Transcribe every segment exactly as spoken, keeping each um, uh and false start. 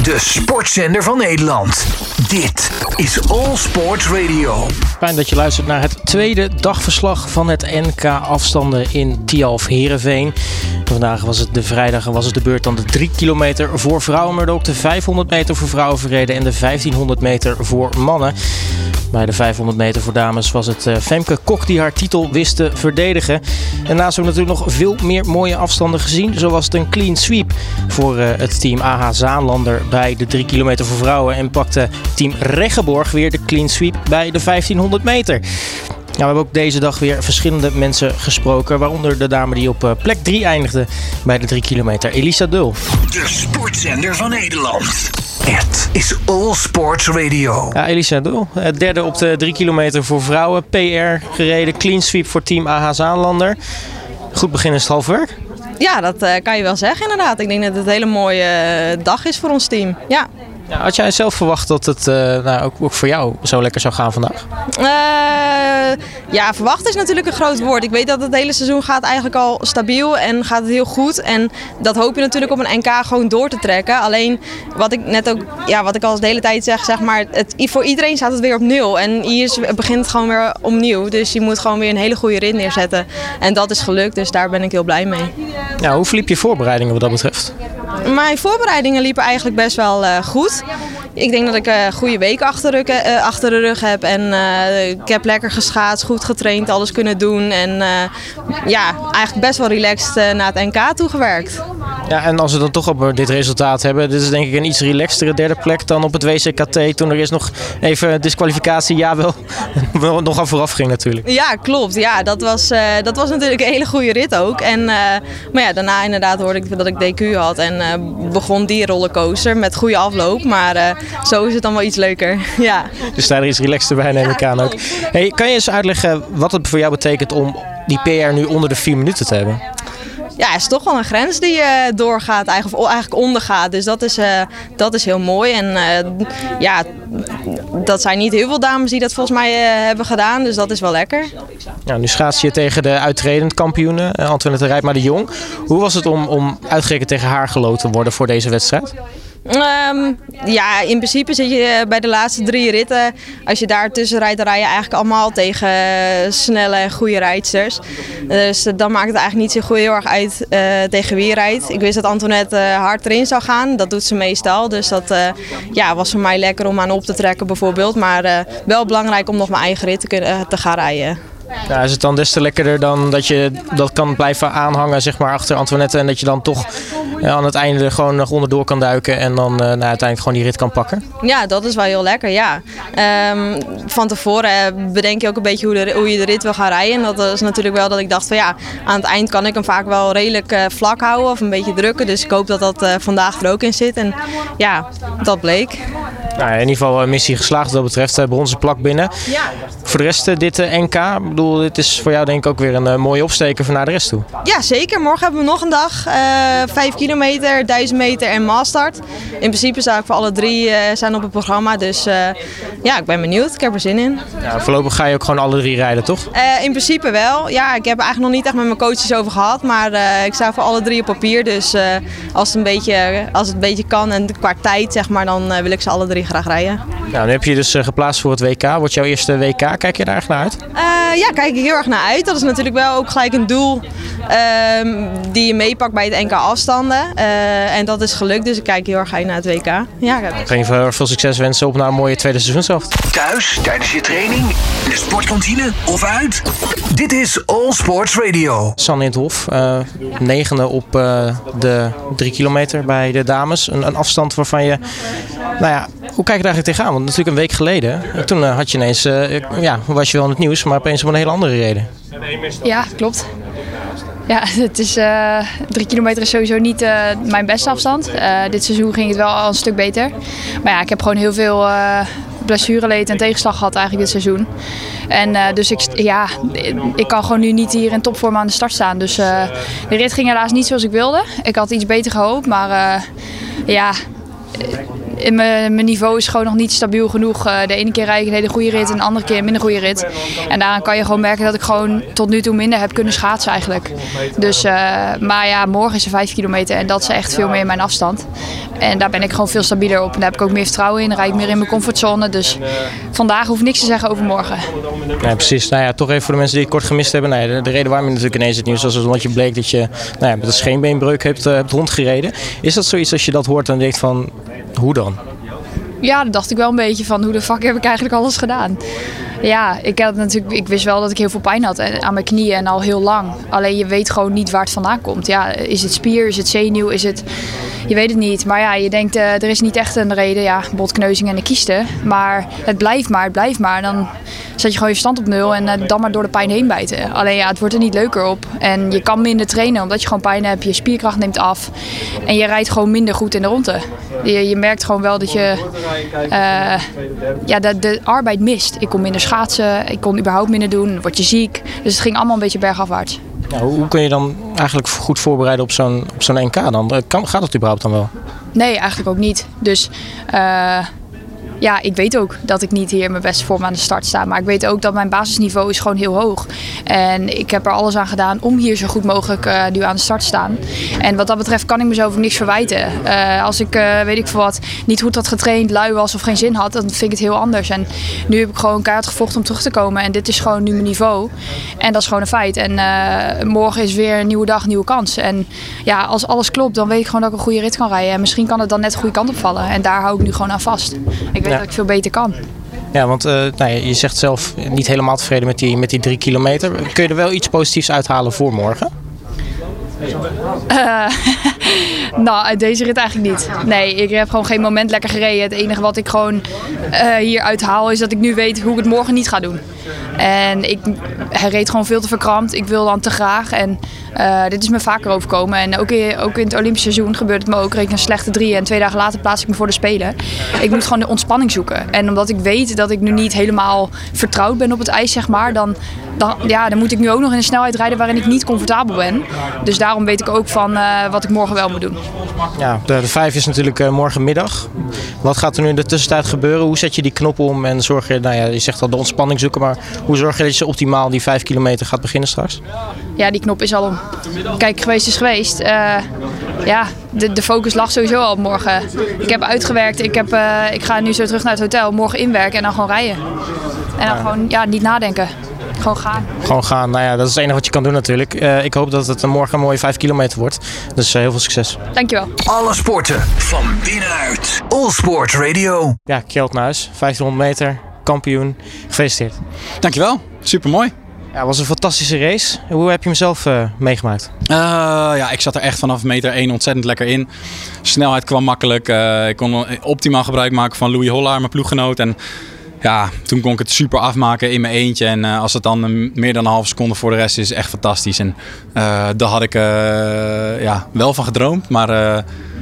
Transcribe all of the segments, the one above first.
De sportzender van Nederland. Dit is All Sports Radio. Fijn dat je luistert naar het tweede dagverslag van het N K afstanden in Tialf Heerenveen. Vandaag was het de vrijdag en was het de beurt aan de drie kilometer voor vrouwen, maar ook de vijfhonderd meter voor vrouwen verreden en de vijftienhonderd meter voor mannen. Bij de vijfhonderd meter voor dames was het Femke Kok die haar titel wist te verdedigen. En naast hebben we natuurlijk nog veel meer mooie afstanden gezien. Zo was het een clean sweep voor het team A H Zaanlander bij de drie kilometer voor vrouwen. En pakte team Reggeborg weer de clean sweep bij de vijftienhonderd meter. Ja, we hebben ook deze dag weer verschillende mensen gesproken. Waaronder de dame die op plek drie eindigde bij de drie kilometer, Elisa Dul. De sportzender van Nederland. Het is All Sports Radio. Ja, Elisa Dul, derde op de drie kilometer voor vrouwen. P R gereden, clean sweep voor team A H Zaanlander. Goed begin is het half werk. Ja, dat uh, kan je wel zeggen inderdaad. Ik denk dat het een hele mooie uh, dag is voor ons team. Ja. Ja, had jij zelf verwacht dat het uh, nou, ook, ook voor jou zo lekker zou gaan vandaag? Uh, ja, verwacht is natuurlijk een groot woord. Ik weet dat het hele seizoen gaat eigenlijk al stabiel en gaat het heel goed. En dat hoop je natuurlijk op een N K gewoon door te trekken. Alleen wat ik net ook, ja, wat ik al de hele tijd zeg, zeg maar, het, voor iedereen staat het weer op nul. En hier begint het gewoon weer opnieuw. Dus je moet gewoon weer een hele goede rit neerzetten. En dat is gelukt, dus daar ben ik heel blij mee. Ja, hoe verliep je voorbereidingen wat dat betreft? Mijn voorbereidingen liepen eigenlijk best wel uh, goed. Ik denk dat ik een uh, goede week achter, uh, achter de rug heb. En uh, ik heb lekker geschaatst, goed getraind, alles kunnen doen. En uh, ja, eigenlijk best wel relaxed uh, naar het N K toegewerkt. Ja, en als we dan toch op dit resultaat hebben, dit is denk ik een iets relaxtere derde plek dan op het W C K T. Toen er eerst nog even disqualificatie, ja wel, nog aan vooraf ging natuurlijk. Ja, klopt. Ja, dat was, uh, dat was natuurlijk een hele goede rit ook. En, uh, maar ja, daarna inderdaad hoorde ik dat ik D Q had en uh, begon die rollercoaster met goede afloop. Maar uh, zo is het dan wel iets leuker. Ja. Dus daar is iets relaxter bij, neem ik aan ook. Hey, kan je eens uitleggen wat het voor jou betekent om die P R nu onder de vier minuten te hebben? Ja, het is toch wel een grens die uh, doorgaat, eigenlijk, of eigenlijk ondergaat. Dus dat is, uh, dat is heel mooi. En uh, ja, dat zijn niet heel veel dames die dat volgens mij uh, hebben gedaan. Dus dat is wel lekker. Ja, nu schaats je tegen de uitredend kampioene, uh, Antoinette Rijpma de Jong. Hoe was het om, om uitgerekend tegen haar geloot te worden voor deze wedstrijd? Um, ja, in principe zit je bij de laatste drie ritten. Als je daar tussen rijdt, dan rij je eigenlijk allemaal tegen snelle en goede rijdsters. Dus dan maakt het eigenlijk niet zo goed heel erg uit uh, tegen wie je rijdt. Ik wist dat Antoinette uh, hard erin zou gaan. Dat doet ze meestal. Dus dat uh, ja, was voor mij lekker om aan op te trekken bijvoorbeeld. Maar uh, wel belangrijk om nog mijn eigen rit te, kunnen, uh, te gaan rijden. Ja, is het dan des te lekkerder dan dat je dat kan blijven aanhangen zeg maar, achter Antoinette en dat je dan toch ja, aan het einde gewoon nog onderdoor kan duiken en dan uh, nou, uiteindelijk gewoon die rit kan pakken? Ja, dat is wel heel lekker, ja. Um, van tevoren bedenk je ook een beetje hoe, de, hoe je de rit wil gaan rijden. En dat is natuurlijk wel dat ik dacht van ja, aan het eind kan ik hem vaak wel redelijk uh, vlak houden of een beetje drukken. Dus ik hoop dat dat uh, vandaag er ook in zit. En ja, dat bleek. Nou, in ieder geval een missie geslaagd wat dat betreft. Uh, bronzen plak binnen. Ja. Voor de rest uh, dit uh, N K, ik bedoel, dit is voor jou denk ik ook weer een uh, mooie opsteker voor naar de rest toe. Ja, zeker. Morgen hebben we nog een dag. Uh, vijf kilometer, duizend meter en maastart. In principe zou ik voor alle drie uh, zijn op het programma. Dus uh, ja, ik ben benieuwd. Ik heb er zin in. Ja, voorlopig ga je ook gewoon alle drie rijden, toch? Uh, in principe wel. Ja, ik heb er eigenlijk nog niet echt met mijn coaches over gehad. Maar uh, ik sta voor alle drie op papier. Dus uh, als, het een beetje, als het een beetje kan en qua tijd, zeg maar, dan uh, wil ik ze alle drie graag rijden. Nou, nu heb je je dus uh, geplaatst voor het W K. Wordt jouw eerste W K? Kijk je daar echt naar uit? Uh, ja, kijk ik heel erg naar uit. Dat is natuurlijk wel ook gelijk een doel um, die je meepakt bij het N K afstanden. Uh, en dat is gelukt, dus ik kijk heel erg uit naar het W K. Ja, ik ga je veel, veel succes wensen op naar een mooie tweede seizoenshelft. Thuis, tijdens je training, in de sportkantine of uit. Dit is All Sports Radio. Sanne in het Hof, uh, negende op uh, de drie kilometer bij de dames. Een, een afstand waarvan je, nou ja, hoe kijk je er eigenlijk tegenaan? Want natuurlijk een week geleden, toen uh, had je ineens, uh, ja, was je wel in het nieuws, maar opeens om een hele andere reden. Ja, klopt. Ja, het is, uh, drie kilometer is sowieso niet uh, mijn beste afstand. Uh, dit seizoen ging het wel al een stuk beter. Maar ja, ik heb gewoon heel veel uh, blessureleed en tegenslag gehad eigenlijk dit seizoen. En uh, dus ik, ja, ik kan gewoon nu niet hier in topvorm aan de start staan. Dus uh, de rit ging helaas niet zoals ik wilde. Ik had iets beter gehoopt, maar uh, ja... in mijn, mijn niveau is gewoon nog niet stabiel genoeg. Uh, de ene keer rijd ik een hele goede rit en de andere keer een minder goede rit. En daaraan kan je gewoon merken dat ik gewoon tot nu toe minder heb kunnen schaatsen eigenlijk. Dus, uh, maar ja, morgen is er vijf kilometer en dat is echt veel meer mijn afstand. En daar ben ik gewoon veel stabieler op. En daar heb ik ook meer vertrouwen in. Dan rijd ik meer in mijn comfortzone. Dus vandaag hoef ik niks te zeggen over morgen. Ja, precies. Nou ja, toch even voor de mensen die het kort gemist hebben. Nou ja, de, de reden waarom je natuurlijk ineens het nieuws was, omdat je bleek dat je nou ja, met een scheenbeenbreuk hebt, uh, hebt rondgereden. Is dat zoiets als je dat hoort en denkt van, hoe dan? Ja, dat dacht ik wel een beetje van, hoe de fuck heb ik eigenlijk alles gedaan? Ja, ik, had natuurlijk, ik wist wel dat ik heel veel pijn had aan mijn knieën en al heel lang. Alleen je weet gewoon niet waar het vandaan komt. Ja, is het spier, is het zenuw, is het... Je weet het niet. Maar ja, je denkt, uh, er is niet echt een reden. Ja, botkneuzing en de kiesten. Maar het blijft maar, het blijft maar. Dan zet je gewoon je stand op nul en uh, dan maar door de pijn heen bijten. Alleen ja, het wordt er niet leuker op. En je kan minder trainen omdat je gewoon pijn hebt. Je spierkracht neemt af. En je rijdt gewoon minder goed in de ronde. Je, je merkt gewoon wel dat je uh, ja, de, de arbeid mist. Ik kon minder schaatsen. Ik kon überhaupt minder doen. Dan word je ziek. Dus het ging allemaal een beetje bergafwaarts. Ja, hoe kun je dan eigenlijk goed voorbereiden op zo'n, op zo'n N K dan? Kan, gaat dat überhaupt dan wel? Nee, eigenlijk ook niet. Dus uh, ja, ik weet ook dat ik niet hier in mijn beste vorm aan de start sta. Maar ik weet ook dat mijn basisniveau is gewoon heel hoog. En ik heb er alles aan gedaan om hier zo goed mogelijk uh, nu aan de start te staan. En wat dat betreft kan ik mezelf ook niks verwijten. Uh, als ik, uh, weet ik veel wat, niet goed had getraind, lui was of geen zin had, dan vind ik het heel anders. En nu heb ik gewoon keihard gevochten om terug te komen. En dit is gewoon nu mijn niveau. En dat is gewoon een feit. En uh, morgen is weer een nieuwe dag, een nieuwe kans. En ja, als alles klopt, dan weet ik gewoon dat ik een goede rit kan rijden. En misschien kan het dan net de goede kant opvallen. En daar hou ik nu gewoon aan vast. Ik weet ja. dat ik veel beter kan. Ja, want uh, nou ja, je zegt zelf niet helemaal tevreden met die, met die drie kilometer. Kun je er wel iets positiefs uithalen voor morgen? Uh, nou, uit deze rit eigenlijk niet. Nee, ik heb gewoon geen moment lekker gereden. Het enige wat ik gewoon uh, hier uithaal is dat ik nu weet hoe ik het morgen niet ga doen. En ik reed gewoon veel te verkrampt. Ik wil dan te graag. En uh, dit is me vaker overkomen. En ook in, ook in het Olympisch seizoen gebeurt het me ook. Reed ik een slechte drie en twee dagen later plaats ik me voor de Spelen. Ik moet gewoon de ontspanning zoeken. En omdat ik weet dat ik nu niet helemaal vertrouwd ben op het ijs, zeg maar, dan, dan, ja, dan moet ik nu ook nog in een snelheid rijden waarin ik niet comfortabel ben. Dus daarom weet ik ook van uh, wat ik morgen wel moet doen. Ja, de, de vijf is natuurlijk uh, morgenmiddag. Wat gaat er nu in de tussentijd gebeuren? Hoe zet je die knop om en zorg je, nou ja, je zegt al de ontspanning zoeken, maar hoe zorg je dat je optimaal die vijf kilometer gaat beginnen straks? Ja, die knop is al om. Kijk, geweest is geweest. Uh, ja, de, de focus lag sowieso al op morgen. Ik heb uitgewerkt, ik, heb, uh, ik ga nu zo terug naar het hotel, morgen inwerken en dan gewoon rijden. En dan ja. gewoon ja, niet nadenken. Gewoon gaan. Gewoon gaan. Nou ja, dat is het enige wat je kan doen natuurlijk. Uh, ik hoop dat het morgen een mooie vijf kilometer wordt. Dus uh, heel veel succes. Dankjewel. Alle sporten van binnenuit. All Sport Radio. Ja, Kjeld Nuis, vijftienhonderd meter, kampioen. Gefeliciteerd. Dankjewel. Supermooi. Ja, het was een fantastische race. Hoe heb je hem zelf uh, meegemaakt? Uh, ja, ik zat er echt vanaf meter één ontzettend lekker in. Snelheid kwam makkelijk. Uh, ik kon optimaal gebruik maken van Louis Hollaar, mijn ploeggenoot. En ja, toen kon ik het super afmaken in mijn eentje. En uh, als het dan uh, meer dan een halve seconde voor de rest is, echt fantastisch. En uh, daar had ik uh, ja, wel van gedroomd, maar uh,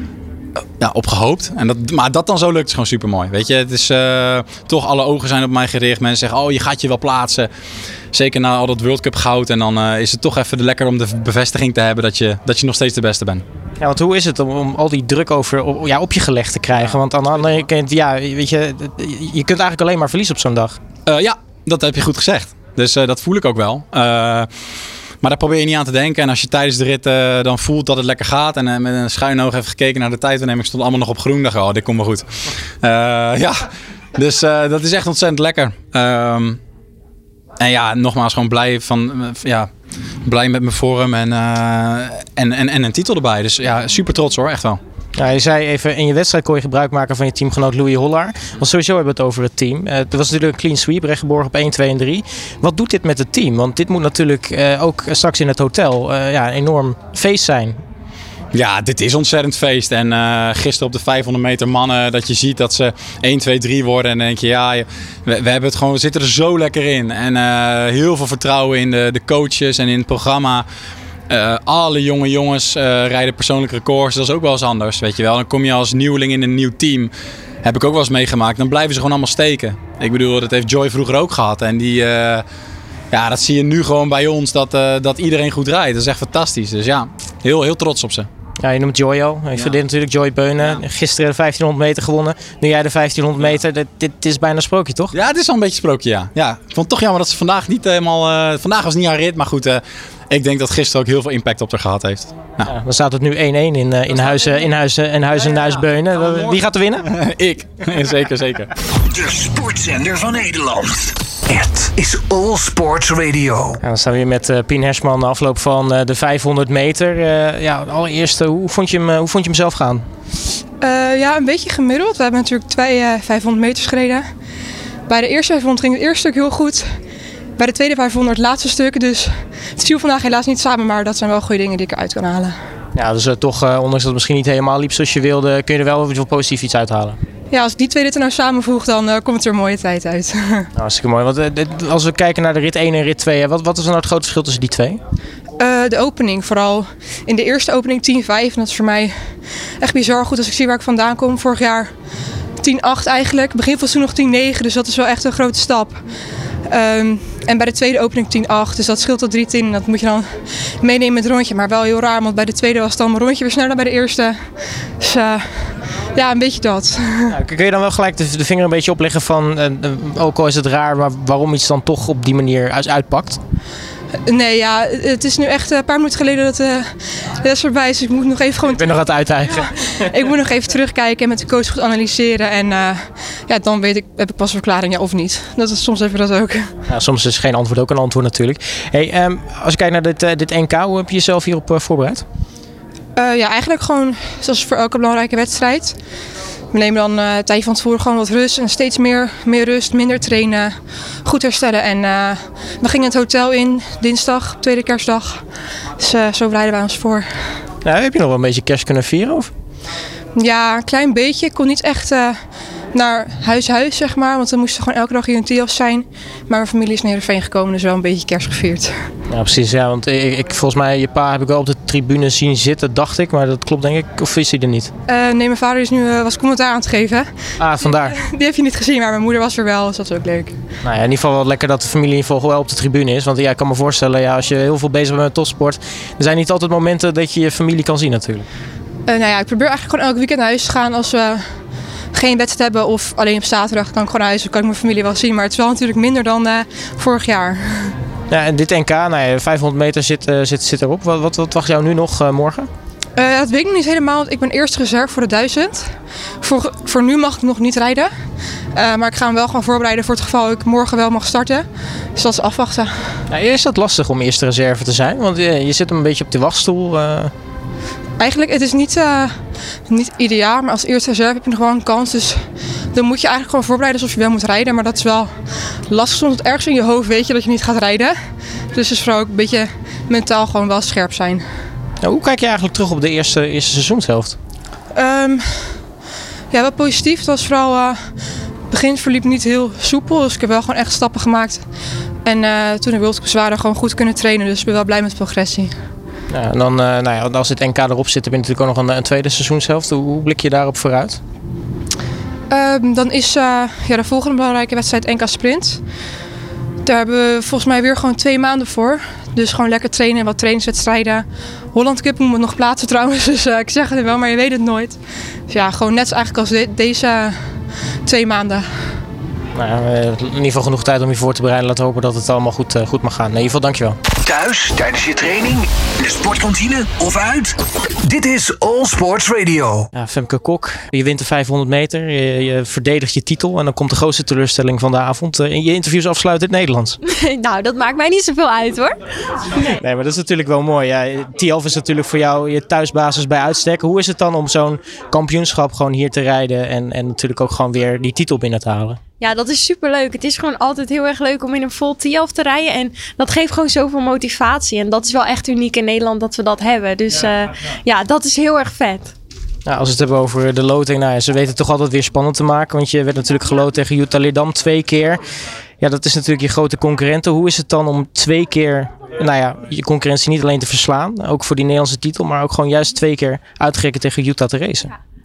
ja, op gehoopt. En dat, maar dat dan zo lukt is gewoon super mooi. Weet je, het is uh, toch alle ogen zijn op mij gericht. Mensen zeggen, oh, je gaat je wel plaatsen. Zeker na al dat World Cup goud. En dan uh, is het toch even lekker om de bevestiging te hebben dat je, dat je nog steeds de beste bent. Ja, want hoe is het om, om al die druk over, op, ja, op je gelegd te krijgen? Want aan de andere kant, ja, weet je, je kunt eigenlijk alleen maar verliezen op zo'n dag. Uh, ja, dat heb je goed gezegd. Dus uh, dat voel ik ook wel. Uh, maar daar probeer je niet aan te denken. En als je tijdens de rit uh, dan voelt dat het lekker gaat. En uh, met een schuin oog even gekeken naar de tijdwaarneming. Stond allemaal nog op groen. Dacht, oh, dit komt wel goed. Uh, ja, dus uh, dat is echt ontzettend lekker. Um, En ja, nogmaals gewoon blij, van, ja, blij met mijn vorm en, uh, en, en, en een titel erbij. Dus ja, super trots hoor, echt wel. Ja, je zei even, in je wedstrijd kon je gebruik maken van je teamgenoot Louis Hollaar. Want sowieso hebben we het over het team. Uh, het was natuurlijk een clean sweep, rechtgeborgen op één, twee en drie. Wat doet dit met het team? Want dit moet natuurlijk uh, ook straks in het hotel uh, ja, een enorm feest zijn. Ja, dit is ontzettend feest. En uh, gisteren op de vijfhonderd meter mannen, dat je ziet dat ze één, twee, drie worden. En dan denk je, ja, we, we, hebben het gewoon, we zitten er zo lekker in. En uh, heel veel vertrouwen in de, de coaches en in het programma. Uh, alle jonge jongens uh, rijden persoonlijke records. Dat is ook wel eens anders, weet je wel. Dan kom je als nieuweling in een nieuw team. Heb ik ook wel eens meegemaakt. Dan blijven ze gewoon allemaal steken. Ik bedoel, dat heeft Joy vroeger ook gehad. En die... Uh, Ja, dat zie je nu gewoon bij ons, dat, uh, dat iedereen goed rijdt. Dat is echt fantastisch. Dus ja, heel, heel trots op ze. Ja, je noemt Joy al. Je verdient natuurlijk Joy Beunen. Ja. Gisteren de vijftienhonderd meter gewonnen. Nu jij de vijftienhonderd meter. Dit, dit is bijna een sprookje, toch? Ja, het is al een beetje een sprookje, ja. ja. Ik vond het toch jammer dat ze vandaag niet helemaal... Uh, vandaag was niet haar rit, maar goed... Uh, ik denk dat gisteren ook heel veel impact op haar gehad heeft. Nou. Ja, dan staat het nu één-één in, uh, in Huizen in Huizen en Huizen Nuis Beunen. Wie gaat er winnen? Ik. zeker, zeker. De sportzender van Nederland. Het is All Sports Radio. Ja, dan staan we weer met uh, Pien Herschman na afloop van uh, de vijfhonderd meter. Uh, ja, allereerst, uh, hoe, vond je hem, uh, hoe vond je hem zelf gaan? Uh, ja, een beetje gemiddeld. We hebben natuurlijk twee uh, vijfhonderd meters gereden. Bij de eerste vijfhonderd ging het eerste stuk heel goed. Bij de tweede vijfhonderd het laatste stuk. Dus het viel vandaag helaas niet samen, maar dat zijn wel goede dingen die ik eruit kan halen. Ja, dus uh, toch, uh, ondanks dat het misschien niet helemaal liep zoals je wilde, kun je er wel wel positief iets uithalen. Ja, als ik die twee ritten nou samenvoeg, dan uh, komt er een mooie tijd uit. Nou, hartstikke mooi. Want, uh, dit, als we kijken naar de rit één en rit twee, wat, wat is nou het grote verschil tussen die twee? Uh, de opening, vooral in de eerste opening tien vijf. En dat is voor mij echt bizar goed als ik zie waar ik vandaan kom. Vorig jaar tien acht eigenlijk. Begin was toen nog tien negen, dus dat is wel echt een grote stap. Um, en bij de tweede opening tien acht, dus dat scheelt tot drie tien en dat moet je dan meenemen met het rondje. Maar wel heel raar, want bij de tweede was het dan een rondje weer sneller dan bij de eerste. Dus uh, ja, een beetje dat. Ja, kun je dan wel gelijk de, de vinger een beetje opleggen van, uh, ook al is het raar, maar waarom iets dan toch op die manier uitpakt? Nee, ja, het is nu echt een paar minuten geleden dat uh, de les voorbij is. Dus ik moet nog even gewoon... Ik ben nog aan het uithijgen. Ja, ik moet nog even terugkijken en met de coach goed analyseren. En uh, ja, dan weet ik, heb ik pas een verklaring, ja of niet. Dat is soms even dat ook. Ja, soms is geen antwoord ook een antwoord natuurlijk. Hey, um, als je kijkt naar dit, uh, dit N K, hoe heb je jezelf hierop uh, voorbereid? Uh, ja, eigenlijk gewoon zoals voor elke belangrijke wedstrijd. We nemen dan uh, een tijdje van tevoren gewoon wat rust en steeds meer, meer rust, minder trainen, goed herstellen. En uh, we gingen het hotel in dinsdag, tweede kerstdag. Dus uh, zo bereiden wij ons voor. Nou, heb je nog wel een beetje kerst kunnen vieren? Of? Ja, een klein beetje. Ik kon niet echt uh, naar huis-huis, zeg maar. Want we moesten gewoon elke dag hier in Tialf zijn. Maar mijn familie is naar Heerenveen gekomen, dus wel een beetje kerst gevierd. Ja, precies. Ja, want ik, ik, volgens mij, je pa heb ik wel op de tribune zien zitten, dacht ik. Maar dat klopt denk ik. Of is hij er niet? Uh, nee, mijn vader is nu uh, was commentaar aan het geven. Ah, vandaar. Die, die heb je niet gezien, maar mijn moeder was er wel. Dus dat is ook leuk. Nou ja, in ieder geval wel lekker dat de familie in ieder geval wel op de tribune is. Want ja, ik kan me voorstellen, ja, als je heel veel bezig bent met topsport, er zijn niet altijd momenten dat je je familie kan zien natuurlijk. Uh, nou ja, ik probeer eigenlijk gewoon elk weekend naar huis te gaan als we geen wedstrijd hebben of alleen op zaterdag kan ik gewoon naar huis. Dan kan ik mijn familie wel zien, maar het is wel natuurlijk minder dan uh, vorig jaar. Ja, en dit N K, nou ja, vijfhonderd meter zit, uh, zit, zit erop. Wat, wat, wat wacht jou nu nog uh, morgen? Uh, dat weet ik nog niet helemaal, want ik ben eerst reserve voor de duizend. Voor, voor nu mag ik nog niet rijden, uh, maar ik ga hem wel gewoon voorbereiden voor het geval ik morgen wel mag starten. Dus dat is afwachten. Ja, is dat lastig om eerste reserve te zijn? Want uh, je zit een beetje op de wachtstoel. Uh... Eigenlijk, het is niet, uh, niet ideaal, maar als eerste reserve heb je nog wel een kans. Dus dan moet je eigenlijk gewoon voorbereiden alsof je wel moet rijden. Maar dat is wel lastig, soms ergens in je hoofd weet je dat je niet gaat rijden. Dus het is vooral ook een beetje mentaal gewoon wel scherp zijn. Nou, hoe kijk je eigenlijk terug op de eerste, eerste seizoenshelft? Um, ja, wel positief. Het was vooral, uh, het begin verliep niet heel soepel, dus ik heb wel gewoon echt stappen gemaakt. En uh, toen ik wilde ik zwaarder gewoon goed kunnen trainen, dus ik ben wel blij met de progressie. Ja, en dan, uh, nou ja, als het N K erop zit, heb je natuurlijk ook nog een, een tweede seizoenshelft. Hoe, hoe blik je daarop vooruit? Um, dan is uh, ja, de volgende belangrijke wedstrijd N K Sprint. Daar hebben we volgens mij weer gewoon twee maanden voor. Dus gewoon lekker trainen, wat trainingswedstrijden. Holland Cup moet nog plaatsen trouwens, dus uh, ik zeg het wel, maar je weet het nooit. Dus ja, gewoon net eigenlijk als de, deze uh, twee maanden. Nou ja, in ieder geval genoeg tijd om je voor te bereiden. Laten we hopen dat het allemaal goed, uh, goed mag gaan. In ieder geval, dankjewel. Thuis, tijdens je training, in de sportkantine of uit. Dit is All Sports Radio. Ja, Femke Kok, je wint de vijfhonderd meter. Je, je verdedigt je titel en dan komt de grootste teleurstelling van de avond. Uh, je interviews afsluiten in het Nederlands. Nou, dat maakt mij niet zoveel uit hoor. Nee, maar dat is natuurlijk wel mooi. Ja, Tialf is natuurlijk voor jou je thuisbasis bij uitstek. Hoe is het dan om zo'n kampioenschap gewoon hier te rijden en, en natuurlijk ook gewoon weer die titel binnen te halen? Ja, dat is superleuk. Het is gewoon altijd heel erg leuk om in een vol Tialf te rijden. En dat geeft gewoon zoveel motivatie. En dat is wel echt uniek in Nederland dat we dat hebben. Dus ja, uh, ja. ja dat is heel erg vet. Nou, als we het hebben over de loting, nou ja, ze weten het toch altijd weer spannend te maken. Want je werd natuurlijk geloot tegen Jutta Leerdam twee keer. Ja, dat is natuurlijk je grote concurrente. Hoe is het dan om twee keer, nou ja, je concurrentie niet alleen te verslaan, ook voor die Nederlandse titel, maar ook gewoon juist twee keer uitgerekend tegen Jutta te racen? Ja.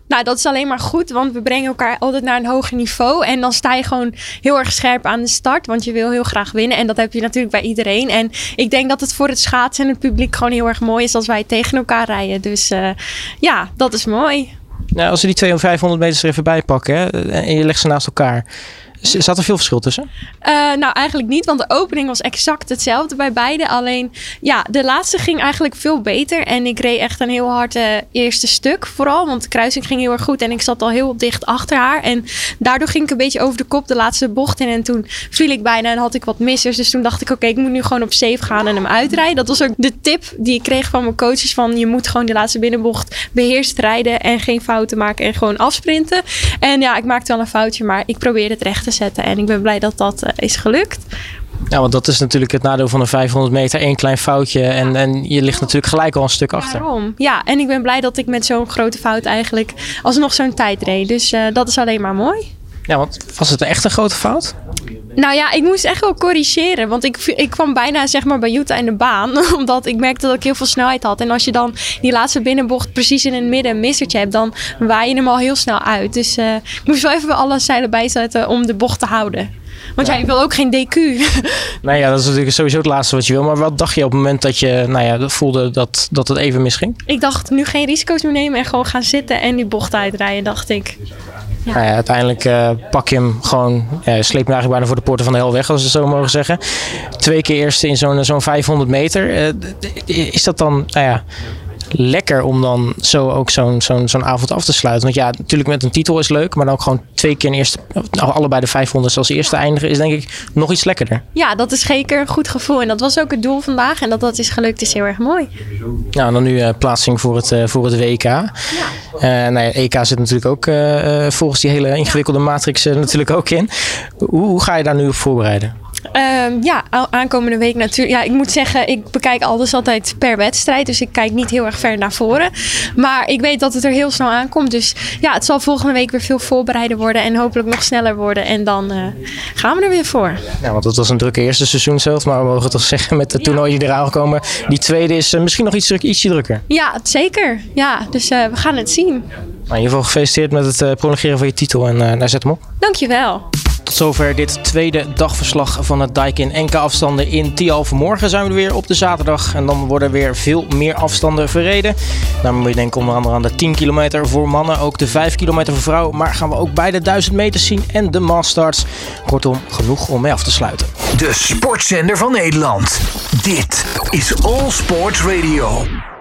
Nou, dat is alleen maar goed, want we brengen elkaar altijd naar een hoger niveau. En dan sta je gewoon heel erg scherp aan de start, want je wil heel graag winnen. En dat heb je natuurlijk bij iedereen. En ik denk dat het voor het schaatsen en het publiek gewoon heel erg mooi is als wij tegen elkaar rijden. Dus uh, ja, dat is mooi. Nou, als we die tweehonderd, vijfhonderd meters er even bij pakken hè, en je legt ze naast elkaar. Zat er veel verschil tussen? Uh, nou, eigenlijk niet, want de opening was exact hetzelfde bij beide. Alleen, ja, de laatste ging eigenlijk veel beter. En ik reed echt een heel hard uh, eerste stuk vooral. Want de kruising ging heel erg goed en ik zat al heel dicht achter haar. En daardoor ging ik een beetje over de kop de laatste bocht in. En toen viel ik bijna en had ik wat missers. Dus toen dacht ik, oké, okay, ik moet nu gewoon op safe gaan en hem uitrijden. Dat was ook de tip die ik kreeg van mijn coaches. Van je moet gewoon de laatste binnenbocht beheerst rijden en geen fouten maken en gewoon afsprinten. En ja, ik maakte wel een foutje, maar ik probeerde het recht te zetten. En ik ben blij dat dat uh, is gelukt. Ja, want dat is natuurlijk het nadeel van een vijfhonderd meter. Eén klein foutje en, en je ligt natuurlijk gelijk al een stuk achter. Daarom. Ja, en ik ben blij dat ik met zo'n grote fout eigenlijk alsnog zo'n tijd reed. Dus uh, dat is alleen maar mooi. Ja, want was het echt een grote fout? Nou ja, ik moest echt wel corrigeren. Want ik, ik kwam bijna zeg maar bij Jutta in de baan. Omdat ik merkte dat ik heel veel snelheid had. En als je dan die laatste binnenbocht precies in het midden een missertje hebt, dan waai je hem al heel snel uit. Dus uh, ik moest wel even alle zeilen bijzetten om de bocht te houden. Want ja, ja, je wil ook geen D Q. Nou ja, dat is natuurlijk sowieso het laatste wat je wil. Maar wat dacht je op het moment dat je nou ja, voelde dat, dat het even misging? Ik dacht, nu geen risico's meer nemen en gewoon gaan zitten en die bocht uitrijden, dacht ik. Ja. Nou ja, uiteindelijk uh, pak je hem gewoon, ja, sleep hem eigenlijk bijna voor de poorten van de hel weg, als we het zo mogen zeggen. Twee keer eerst in zo'n zo'n vijfhonderd meter. Uh, is dat dan, nou ja, lekker om dan zo ook zo'n zo'n zo'n avond af te sluiten? Want ja, natuurlijk met een titel is leuk, maar dan ook gewoon twee keer in eerste, nou, allebei de vijfhonderd als eerste eindigen is denk ik nog iets lekkerder. Ja, dat is zeker een goed gevoel en dat was ook het doel vandaag en dat dat is gelukt is heel erg mooi. Nou, en dan nu uh, plaatsing voor het, uh, voor het W K. Ja. Uh, nou ja, E K zit natuurlijk ook uh, volgens die hele ingewikkelde matrix uh, natuurlijk ook in. Hoe, hoe ga je daar nu op voorbereiden? Um, ja, aankomende week natuurlijk. Ja, ik moet zeggen, ik bekijk alles altijd per wedstrijd. Dus ik kijk niet heel erg ver naar voren. Maar ik weet dat het er heel snel aankomt. Dus ja, het zal volgende week weer veel voorbereiden worden. En hopelijk nog sneller worden. En dan uh, gaan we er weer voor. Ja, want het was een drukke eerste seizoenshelft. Maar we mogen toch zeggen met de toernooien die eraan komen. Die tweede is uh, misschien nog iets, ietsje drukker. Ja, zeker. Ja, dus uh, we gaan het zien. Nou, in ieder geval gefeliciteerd met het uh, prolongeren van je titel. En uh, nou, zet hem op. Dankjewel. Tot zover dit tweede dagverslag van het Daikin N K-afstanden in Tialf. Morgen zijn we er weer op de zaterdag en dan worden weer veel meer afstanden verreden. Dan moet je denken onder andere aan de tien kilometer voor mannen, ook de vijf kilometer voor vrouwen. Maar gaan we ook bij de duizend meters zien en de masstarts. Kortom, genoeg om mee af te sluiten. De sportzender van Nederland. Dit is All Sports Radio.